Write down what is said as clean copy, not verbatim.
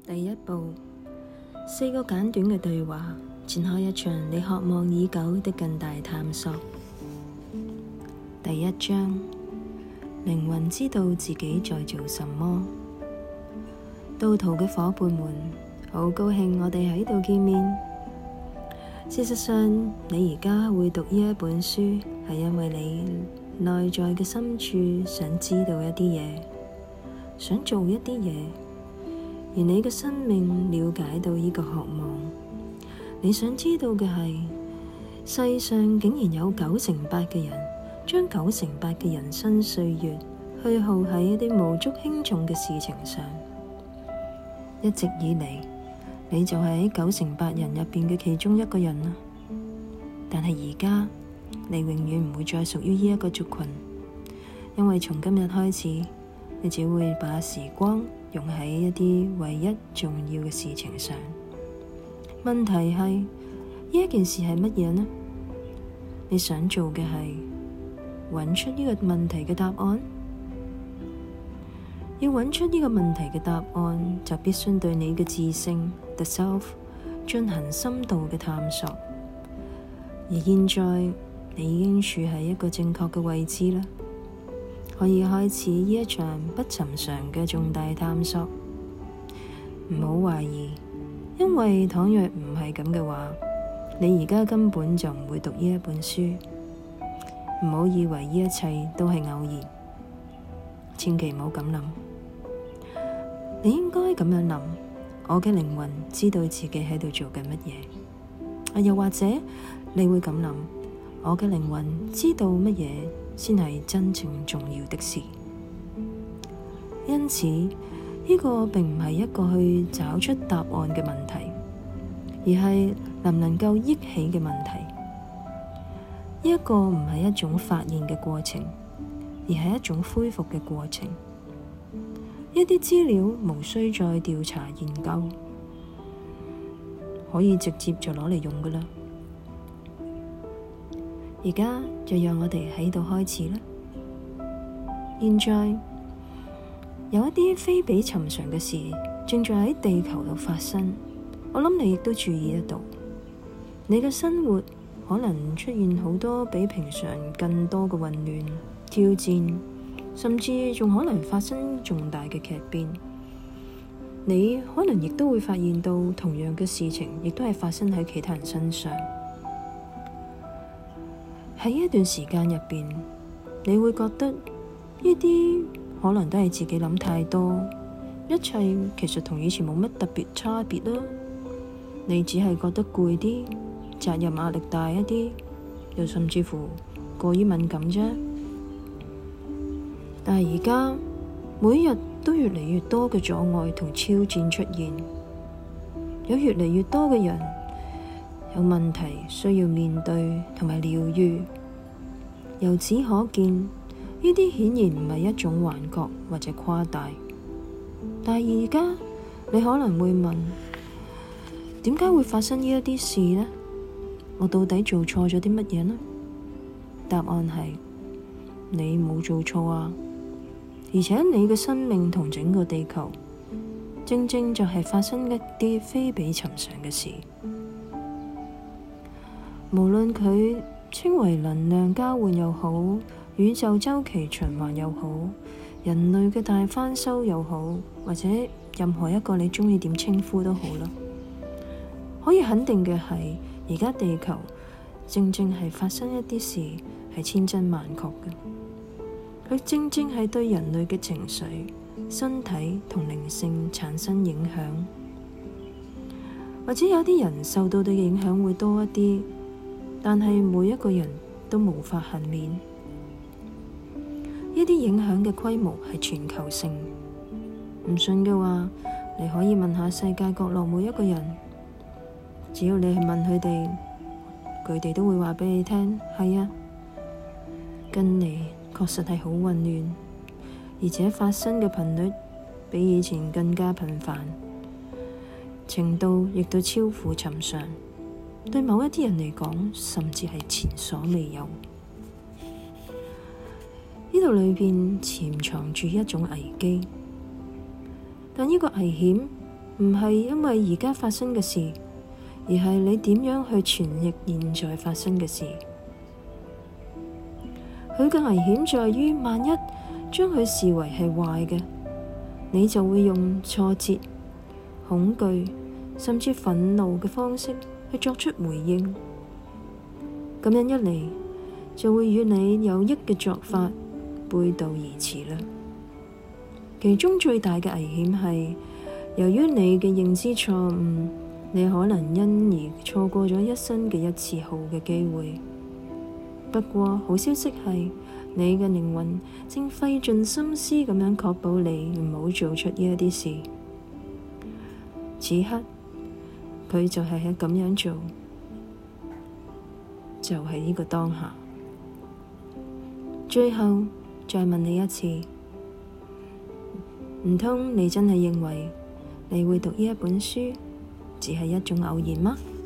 第一步，4個簡短嘅對話，展開一場你渴望已久的更大探索。第一章，靈魂知道自己在做什麼。道途嘅夥伴們，好高興我哋喺度見面。事實上，你而家會讀呢一本書，係因為你內在嘅深處想知道一啲嘢，想做一啲嘢。而你嘅生命了解到呢個渴望，你想知道嘅係，世上竟然有8%嘅人將8%嘅人生歲月去耗喺一啲無足輕重嘅事情上。一直以嚟，你就係喺8%人入邊嘅其中一個人啦。但係而家，你永遠唔會再屬於呢一個族群，因為從今日開始，你只會把時光用喺一啲唯一重要嘅事情上。問題係，呢一件事係乜嘢呢？你想做嘅係揾出呢個問題嘅答案。要揾出呢個問題嘅答案，就必須對你嘅自性 The Self 進行深度嘅探索。而現在，你已經處喺一個正確嘅位置啦，可以開始呢一場不尋常嘅重大探索。唔好懷疑，因為倘若唔係咁嘅話，你而家根本就唔會讀呢一本書。唔好以為呢一切都係偶然，千祈唔好咁諗。你應該咁樣諗，我嘅靈魂知道自己喺度做緊乜嘢。又或者你會咁諗，我嘅靈魂知道乜嘢先係真正重要的事。因此，呢個並唔係一個去找出答案嘅問題，而係能唔能夠憶起嘅問題。呢一個唔係一種發現嘅過程，而係一種恢復嘅過程。一啲資料無需再調查研究，可以直接就攞嚟用㗎喇。而家就讓我哋喺度開始啦。現在有一啲非比尋常嘅事正在喺地球度發生，我諗你亦都注意得到。你嘅生活可能出現好多比平常更多嘅混亂、挑戰，甚至仲可能發生重大嘅劇變。你可能亦都會發現到同樣嘅事情，亦都係發生喺其他人身上。喺一段時間入邊，你會覺得呢啲可能都係自己諗太多，一切其實同以前冇乜特別差別啦。你只係覺得攰啲，責任壓力大一啲，又甚至乎過於敏感啫。但係而家每日都越嚟越多嘅阻礙同挑戰出現，有越嚟越多嘅人有問題需要面對同埋療癒。由此可見，呢啲顯然唔係一種幻覺或者誇大。但係而家你可能會問，點解會發生呢一啲事呢？我到底做錯咗啲乜嘢呢？答案係你冇做錯啊！而且你嘅生命同整個地球正正就係發生一啲非比尋常嘅事。無論佢稱為能量交換又好，宇宙周期循環又好，人類嘅大翻修又好，或者任何一個你鍾意點稱呼都好啦。可以肯定嘅係，而家地球正正係發生一啲事係千真萬確嘅。佢正正係對人類嘅情緒、身體同靈性產生影響，或者有啲人受到嘅影響會多一啲，但係每一個人都無法幸免。呢啲影響嘅規模係全球性。唔信嘅話，你可以問下世界角落每一個人，只要你去問佢哋，佢哋都會話畀你聽，係啊，近嚟確實係好混亂，而且發生嘅頻率比以前更加頻繁，程度亦都超乎尋常。對某一啲人嚟講，甚至係前所未有。呢度裏邊潛藏住一種危機，但呢個危險唔係因為而家發生嘅事，而係你點樣去傳譯現在發生嘅事。佢嘅危險在於，萬一將佢視為係壞嘅，你就會用挫折、恐懼甚至憤怒嘅方式去作出回應。咁樣一嚟，就會與你有益嘅作法背道而馳啦。其中最大嘅危險係，由於你嘅認知錯誤，你可能因而錯過咗一生嘅一次好嘅機會。不過好消息係，你嘅靈魂正費盡心思咁樣確保你唔好做出呢一啲事。此刻佢就係咁樣做，就係呢個當下。最後再問你一次，唔通你真係認為你會讀呢一本書只係一種偶然嗎？